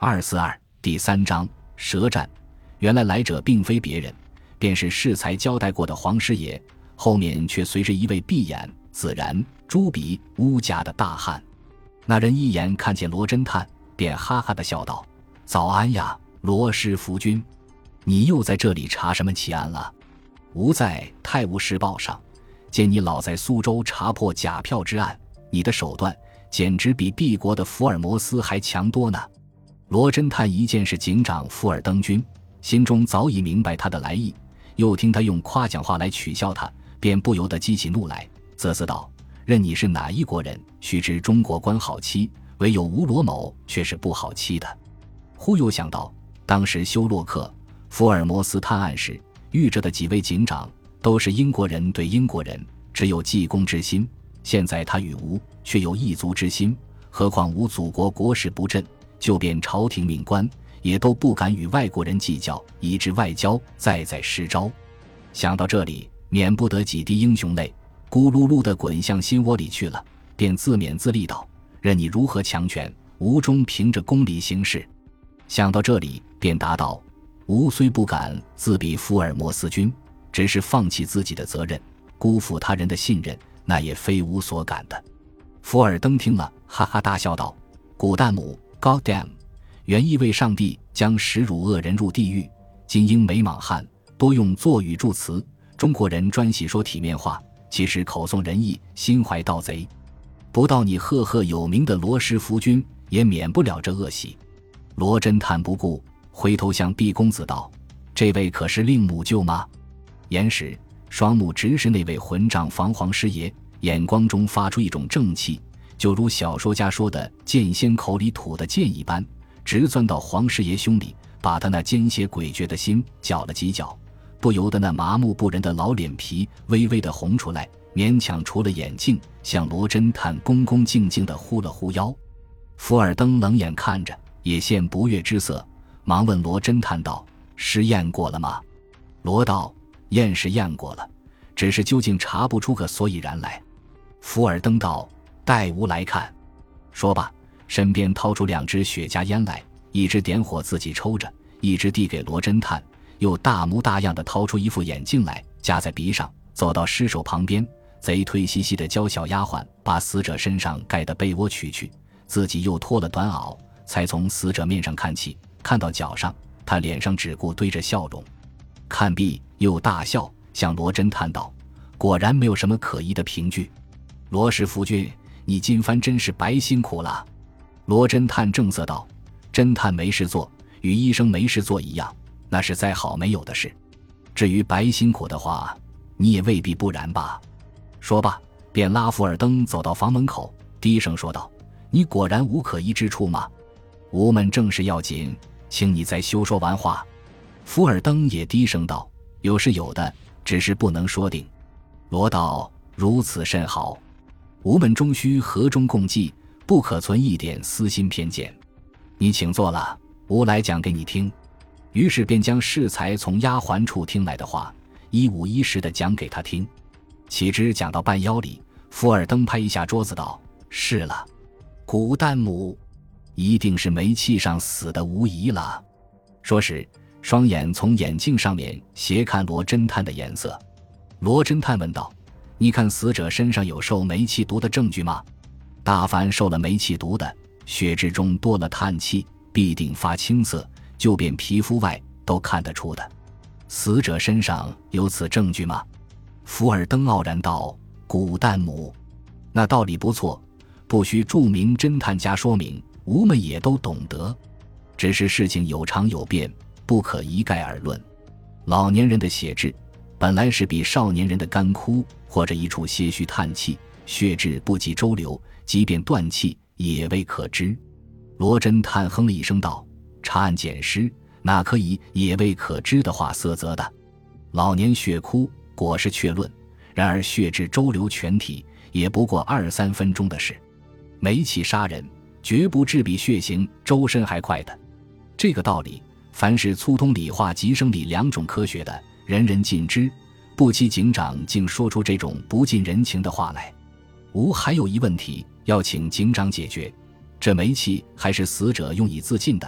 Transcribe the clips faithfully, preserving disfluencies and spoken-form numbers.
二四二第三章舌战。原来来者并非别人，便是适才交代过的黄师爷，后面却随着一位闭眼、自然、猪鼻、乌家的大汉。那人一眼看见罗侦探，便哈哈地笑道：早安呀，罗师夫君，你又在这里查什么奇案了？吾在《泰晤士报》上见你老在苏州查破假票之案，你的手段简直比敝国的福尔摩斯还强多呢。罗侦探一见是警长富尔登君，心中早已明白他的来意，又听他用夸奖话来取笑他，便不由得激起怒来，啧啧道：任你是哪一国人，须知中国官好欺，唯有吴罗某却是不好欺的。忽又想到当时休洛克、福尔摩斯探案时遇着的几位警长都是英国人对英国人，只有记功之心，现在他与吴却有异族之心，何况吴祖国国势不振，就便朝廷命官也都不敢与外国人计较，以致外交再再失招。想到这里，免不得几滴英雄泪咕噜噜地滚向心窝里去了，便自勉自励道：任你如何强权，吴终凭着公理行事。想到这里，便答道：吴虽不敢自比福尔摩斯君，只是放弃自己的责任，辜负他人的信任，那也非无所感的。福尔登听了，哈哈大笑道：古旦母 God damn， 原意为上帝将使辱恶人入地狱，今英美莽汉多用作语助词，中国人专喜说体面话，其实口诵仁义，心怀盗贼。不到你赫赫有名的罗师夫君，也免不了这恶习。罗侦探不顾，回头向毕公子道：这位可是令母舅吗？言时双目直视那位混账防黄师爷，眼光中发出一种正气，就如小说家说的剑仙口里吐的剑一般，直钻到黄师爷胸里，把他那奸邪诡谲的心搅了几搅，不由得那麻木不仁的老脸皮微微的红出来，勉强除了眼镜，向罗侦探恭恭敬敬地呼了呼腰。福尔登冷眼看着，也现不悦之色，忙问罗侦探道：试验过了吗？罗道：验是验过了，只是究竟查不出个所以然来。福尔登道：带吾来看。说罢，身边掏出两支雪茄烟来，一支点火自己抽着，一支递给罗侦探，又大模大样地掏出一副眼镜来夹在鼻上，走到尸首旁边，贼推兮兮地教小丫鬟把死者身上盖的被窝取去，自己又脱了短袄，才从死者面上看起，看到脚上，他脸上只顾堆着笑容。看毕又大笑，向罗侦探道：果然没有什么可疑的凭据。罗师夫君，你今番真是白辛苦了。罗侦探正色道：侦探没事做，与医生没事做一样，那是再好没有的事。至于白辛苦的话，你也未必不然吧。说罢，便拉福尔登走到房门口，低声说道：你果然无可疑之处吗？吾们正事要紧，请你再休说完话。福尔登也低声道：有是有的，只是不能说定。罗道：如此甚好，吾们终须和衷共济，不可存一点私心偏见。你请坐了，吾来讲给你听。于是便将适才从丫鬟处听来的话一五一十地讲给他听。岂知讲到半腰里，福尔登拍一下桌子道：是了，古旦母一定是煤气上死的无疑了。说时双眼从眼镜上面斜看罗侦探的颜色。罗侦探问道：你看死者身上有受煤气毒的证据吗？大凡受了煤气毒的，血质中多了碳气，必定发青色，就便皮肤外都看得出的。死者身上有此证据吗？福尔登傲然道：古旦母，那道理不错，不需著名侦探家说明，吾们也都懂得。只是事情有常有变，不可一概而论。老年人的血质本来是比少年人的干枯，或者一处些许叹气，血质不及周流，即便断气也未可知。罗侦探哼了一声道：查案检尸，哪可以也未可知的话色泽的？老年血枯果是确论，然而血质周流全体也不过二三分钟的事。煤气杀人绝不致比血行周身还快的。这个道理，凡是粗通理化及生理两种科学的，人人尽知，不期警长竟说出这种不近人情的话来。吾还有一问题要请警长解决，这煤气还是死者用以自尽的，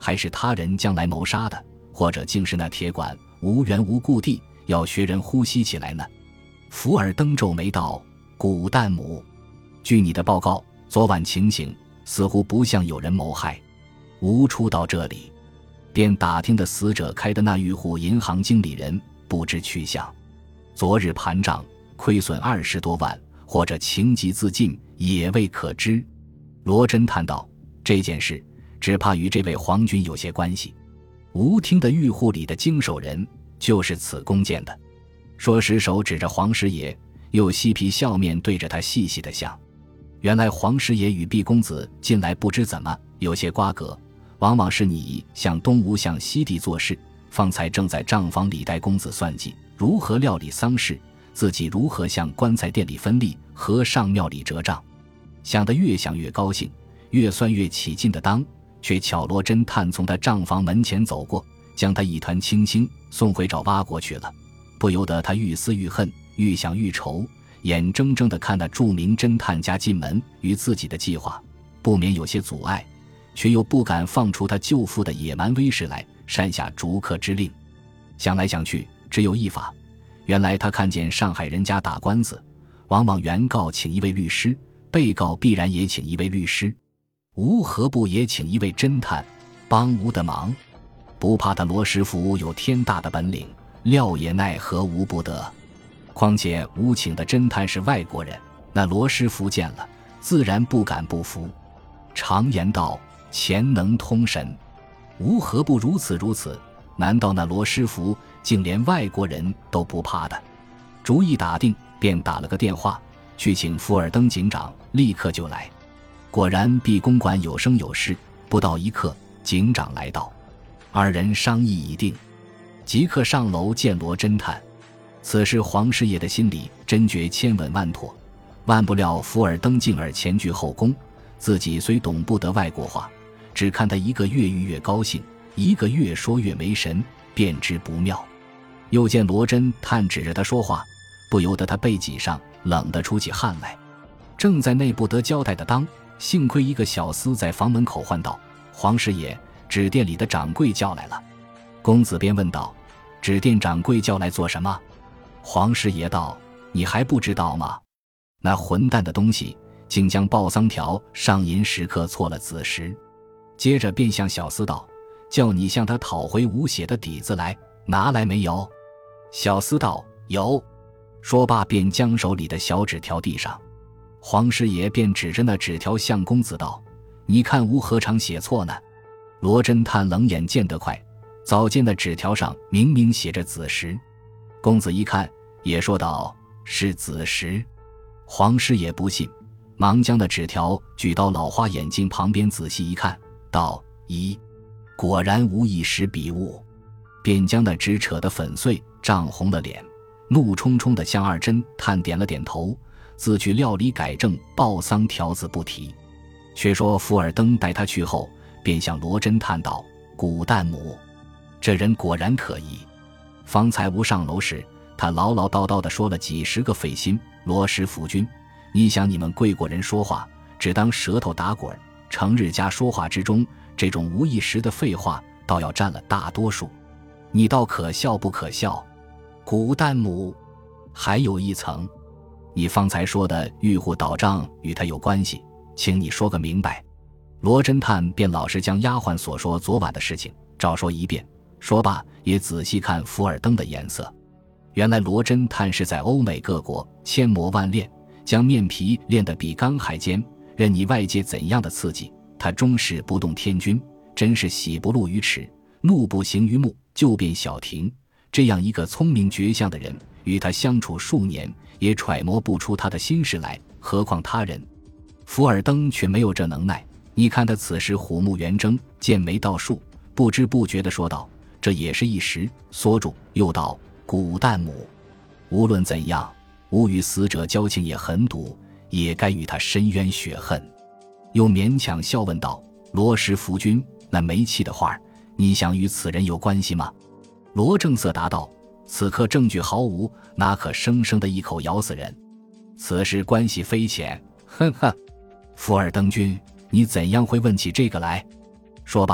还是他人将来谋杀的，或者竟是那铁管无缘无故地要学人呼吸起来呢？福尔登皱眉道：古旦姆，据你的报告，昨晚情形似乎不像有人谋害。吴初到这里，便打听的死者开的那御户银行经理人不知去向。昨日盘账亏损二十多万，或者情急自尽，也未可知。罗侦探道：这件事只怕与这位皇军有些关系。吴听的御户里的经手人就是此弓箭的。说时手指着黄师爷，又嬉皮笑面对着他细细的想。原来黄师爷与毕公子近来不知怎么有些瓜葛，往往是你向东吴向西地做事，方才正在账房里带公子算计如何料理丧事，自己如何向棺材店里分利和上庙里折账。想得越想越高兴，越算越起劲的当，却巧罗侦探从他账房门前走过，将他一团清清送回找挖国去了。不由得他愈思愈恨，愈想愈愁，眼睁睁地看那著名侦探家进门，与自己的计划不免有些阻碍，却又不敢放出他舅父的野蛮威势来，擅下逐客之令。想来想去，只有一法，原来他看见上海人家打官司，往往原告请一位律师，被告必然也请一位律师，吴何不也请一位侦探帮吴的忙？不怕他罗师傅有天大的本领，料也奈何吴不得。况且吴请的侦探是外国人，那罗师傅见了自然不敢不服。常言道，钱能通神，吴何不如此如此？难道那罗师傅竟连外国人都不怕的？主意打定，便打了个电话去请福尔登警长，立刻就来。果然毕公馆有声有事，不到一刻，警长来到，二人商议已定，即刻上楼见罗侦探。此时黄师爷的心里真觉千稳万妥，万不料福尔登进而前倨后恭，自己虽懂不得外国话，只看他一个越狱越高兴，一个越说越没神，便知不妙。又见罗侦探指着他说话，不由得他背脊上冷得出起汗来。正在内不得交代的当，幸亏一个小厮在房门口唤道：黄师爷，纸店里的掌柜叫来了。公子便问道：纸店掌柜叫来做什么？黄师爷道：你还不知道吗？那混蛋的东西竟将报丧条上银时刻错了子时。接着便向小厮道：叫你向他讨回吴写的底子来，拿来没有？小厮道：有。说罢便将手里的小纸条递上。黄师爷便指着那纸条向公子道：你看吴何尝写错呢？罗侦探冷眼见得快，早见那纸条上明明写着子时。公子一看，也说道：是子时。黄师爷不信，忙将那纸条举到老花眼镜旁边仔细一看，道：咦，果然无一时笔误。便将那纸扯得粉碎，涨红了脸，怒冲冲地向二侦探点了点头，自去料理改正报丧条子不提。却说福尔登带他去后，便向罗侦探道：古旦姆，这人果然可疑。方才吴上楼时，他唠唠叨叨地说了几十个费心。罗师傅君，你想你们贵国人说话只当舌头打滚，成日家说话之中，这种无一时的废话倒要占了大多数，你倒可笑不可笑？古旦姆，还有一层，你方才说的御户倒账与他有关系，请你说个明白。罗侦探便老实将丫鬟所说昨晚的事情照说一遍，说罢也仔细看福尔登的颜色。原来罗侦探是在欧美各国千磨万炼，将面皮练得比钢还坚，任你外界怎样的刺激，他终是不动天君，真是喜不露于齿，怒不形于目，就变小庭。这样一个聪明绝相的人，与他相处数年，也揣摩不出他的心事来，何况他人。福尔登却没有这能耐，你看他此时虎目圆睁，剑眉倒竖，不知不觉地说道：这也是一时。缩住又道：古旦姆，无论怎样，吾与死者交情也很笃，也该与他深渊血恨。又勉强笑问道：罗师傅君，那没气的话，你想与此人有关系吗？罗正色答道：此刻证据毫无，哪可生生的一口咬死人？此事关系非浅。哼哼，福尔登君，你怎样会问起这个来？说罢，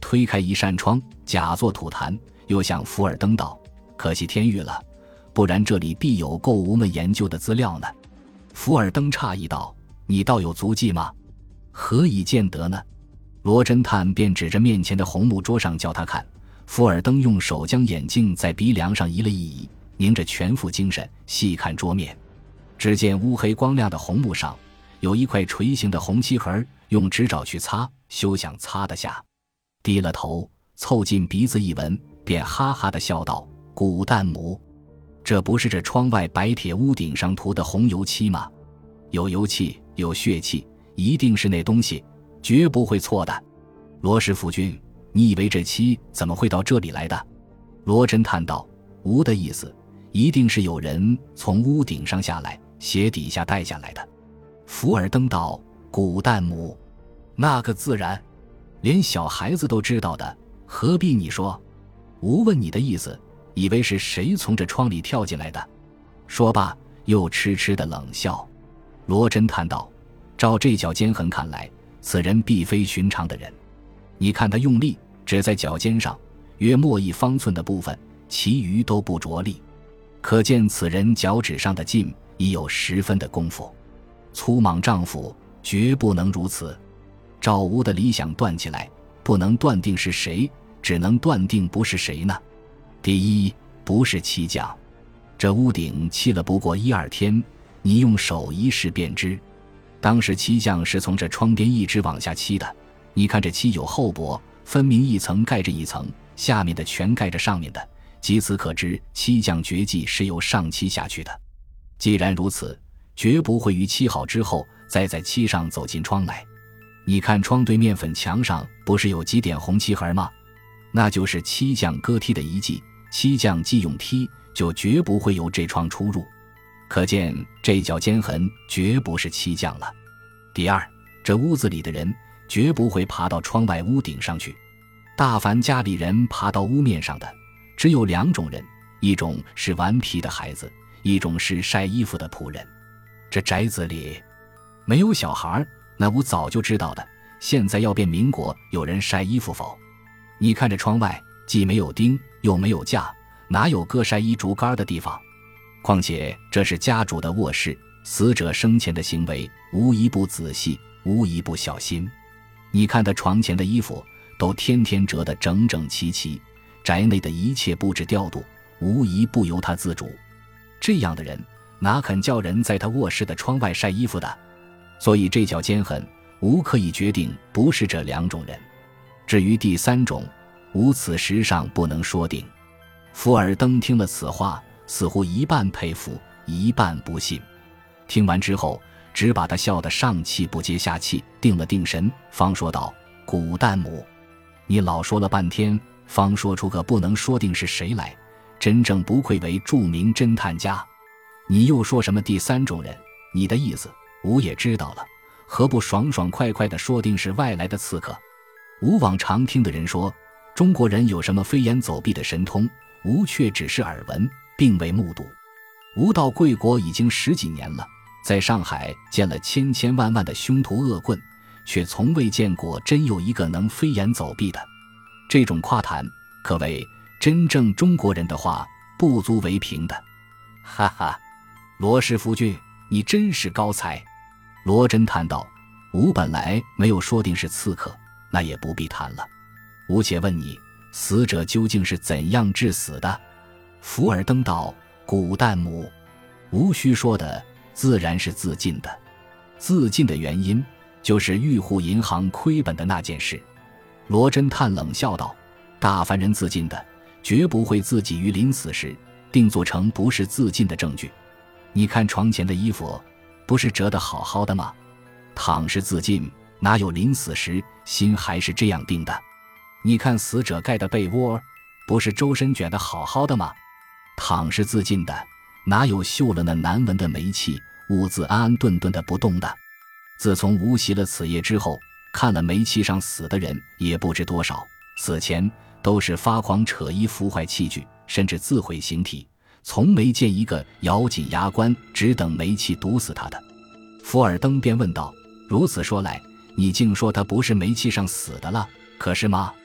推开一扇窗，假作吐痰，又向福尔登道：可惜天狱了，不然这里必有够吾们研究的资料呢。福尔登诧异道：你倒有足迹吗？何以见得呢？罗侦探便指着面前的红木桌上叫他看。福尔登用手将眼镜在鼻梁上移了一移，凝着全副精神细看桌面。只见乌黑光亮的红木上有一块垂形的红漆盒，用指爪去擦，休想擦得下。低了头凑近鼻子一闻，便哈哈地笑道：古旦母，这不是这窗外白铁屋顶上涂的红油漆吗？有油气，有血气，一定是那东西，绝不会错的。罗师傅君，你以为这漆怎么会到这里来的？罗侦探道：吾的意思，一定是有人从屋顶上下来，鞋底下带下来的。福尔登道：古旦母，那个自然，连小孩子都知道的，何必你说？吾问你的意思，以为是谁从这窗里跳进来的？说罢又痴痴地冷笑。罗侦探道：照这脚尖痕看来，此人必非寻常的人。你看他用力只在脚尖上约莫一方寸的部分，其余都不着力，可见此人脚趾上的劲已有十分的功夫。粗莽丈夫绝不能如此。照吾的理想断起来，不能断定是谁，只能断定不是谁呢？第一，不是漆匠。这屋顶砌了不过一二天，你用手一试便知。当时漆匠是从这窗边一直往下漆的，你看这漆有厚薄，分明一层盖着一层，下面的全盖着上面的，即此可知漆匠绝技是由上漆下去的。既然如此，绝不会于漆好之后再在漆上走进窗来。你看窗对面粉墙上不是有几点红漆痕吗？那就是漆匠割梯的遗迹，漆匠既用梯，就绝不会由这窗出入，可见这脚尖痕绝不是漆匠了。第二，这屋子里的人绝不会爬到窗外屋顶上去，大凡家里人爬到屋面上的只有两种人，一种是顽皮的孩子，一种是晒衣服的仆人。这宅子里没有小孩，那吾早就知道的，现在要变民国，有人晒衣服否？你看这窗外既没有钉又没有架，哪有搁晒衣竹竿的地方？况且这是家主的卧室，死者生前的行为无一不仔细，无一不小心。你看他床前的衣服都天天折得整整齐齐，宅内的一切布置调度无一不由他自主。这样的人哪肯叫人在他卧室的窗外晒衣服的？所以这脚尖痕吾可以决定不是这两种人。至于第三种，吾此时上不能说定。福尔登听了此话，似乎一半佩服，一半不信。听完之后，只把他笑得上气不接下气，定了定神，方说道：古旦母，你老说了半天，方说出个不能说定是谁来，真正不愧为著名侦探家。你又说什么第三种人？你的意思吾也知道了，何不爽爽快快地说定是外来的刺客？吾往常听的人说，中国人有什么飞檐走壁的神通，吾却只是耳闻，并未目睹。吾到贵国已经十几年了，在上海见了千千万万的凶徒恶棍，却从未见过真有一个能飞檐走壁的。这种夸谈可谓真正中国人的话不足为凭的。哈哈，罗师夫君，你真是高才。罗侦探道：吾本来没有说定是刺客，那也不必谈了。吾且问你，死者究竟是怎样致死的？福尔登道：古旦母，无需说的，自然是自尽的。自尽的原因就是玉户银行亏本的那件事。罗侦探冷笑道：大凡人自尽的，绝不会自己于临死时定做成不是自尽的证据。你看床前的衣服不是折得好好的吗？倘是自尽，哪有临死时心还是这样定的？你看死者盖的被窝不是周身卷得好好的吗？倘是自尽的，哪有嗅了那难闻的煤气，兀自安安顿顿的不动的？自从无习了此夜之后，看了煤气上死的人也不知多少，死前都是发狂扯衣服坏器具，甚至自毁形体，从没见一个咬紧牙关只等煤气毒死他的。福尔登便问道：如此说来，你竟说他不是煤气上死的了，可是吗？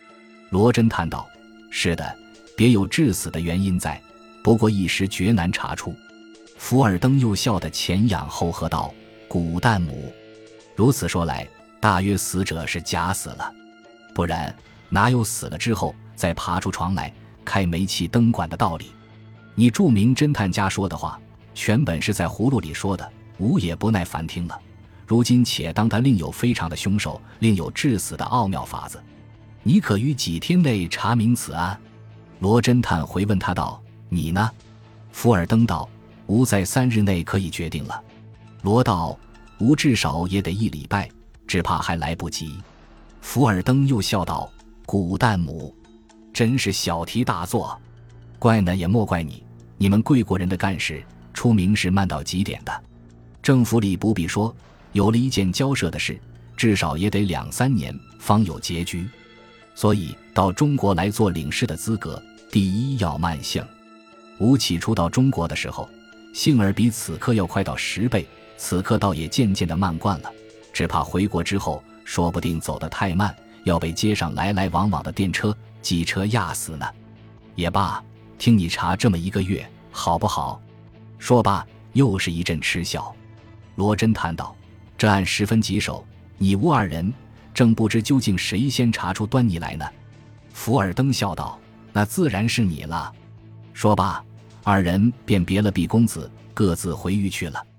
罗侦探道：是的，别有致死的原因在，不过一时绝难查出。福尔登又笑得前仰后合道：古旦母。如此说来，大约死者是假死了，不然哪有死了之后再爬出床来开煤气灯管的道理？你著名侦探家说的话，全本是在葫芦里说的，吾也不耐烦听了。如今且当他另有非常的凶手，另有致死的奥妙法子，你可于几天内查明此案？罗侦探回问他道：你呢？福尔登道：吾在三日内可以决定了。罗道：吾至少也得一礼拜，只怕还来不及。福尔登又笑道：古旦母，真是小题大做，怪呢也莫怪你，你们贵国人的干事出名是慢到极点的。政府里不必说，有了一件交涉的事，至少也得两三年方有结局，所以到中国来做领事的资格，第一要慢性。吾起初到中国的时候，幸而比此刻要快到十倍，此刻倒也渐渐的慢惯了，只怕回国之后说不定走得太慢，要被街上来来往往的电车机车压死呢。也罢，听你查这么一个月好不好？说罢又是一阵嗤笑。罗侦探道：这案十分棘手，你吾二人正不知究竟谁先查出端倪来呢。福尔登笑道：那自然是你了。说罢，二人便别了毕公子，各自回寓去了。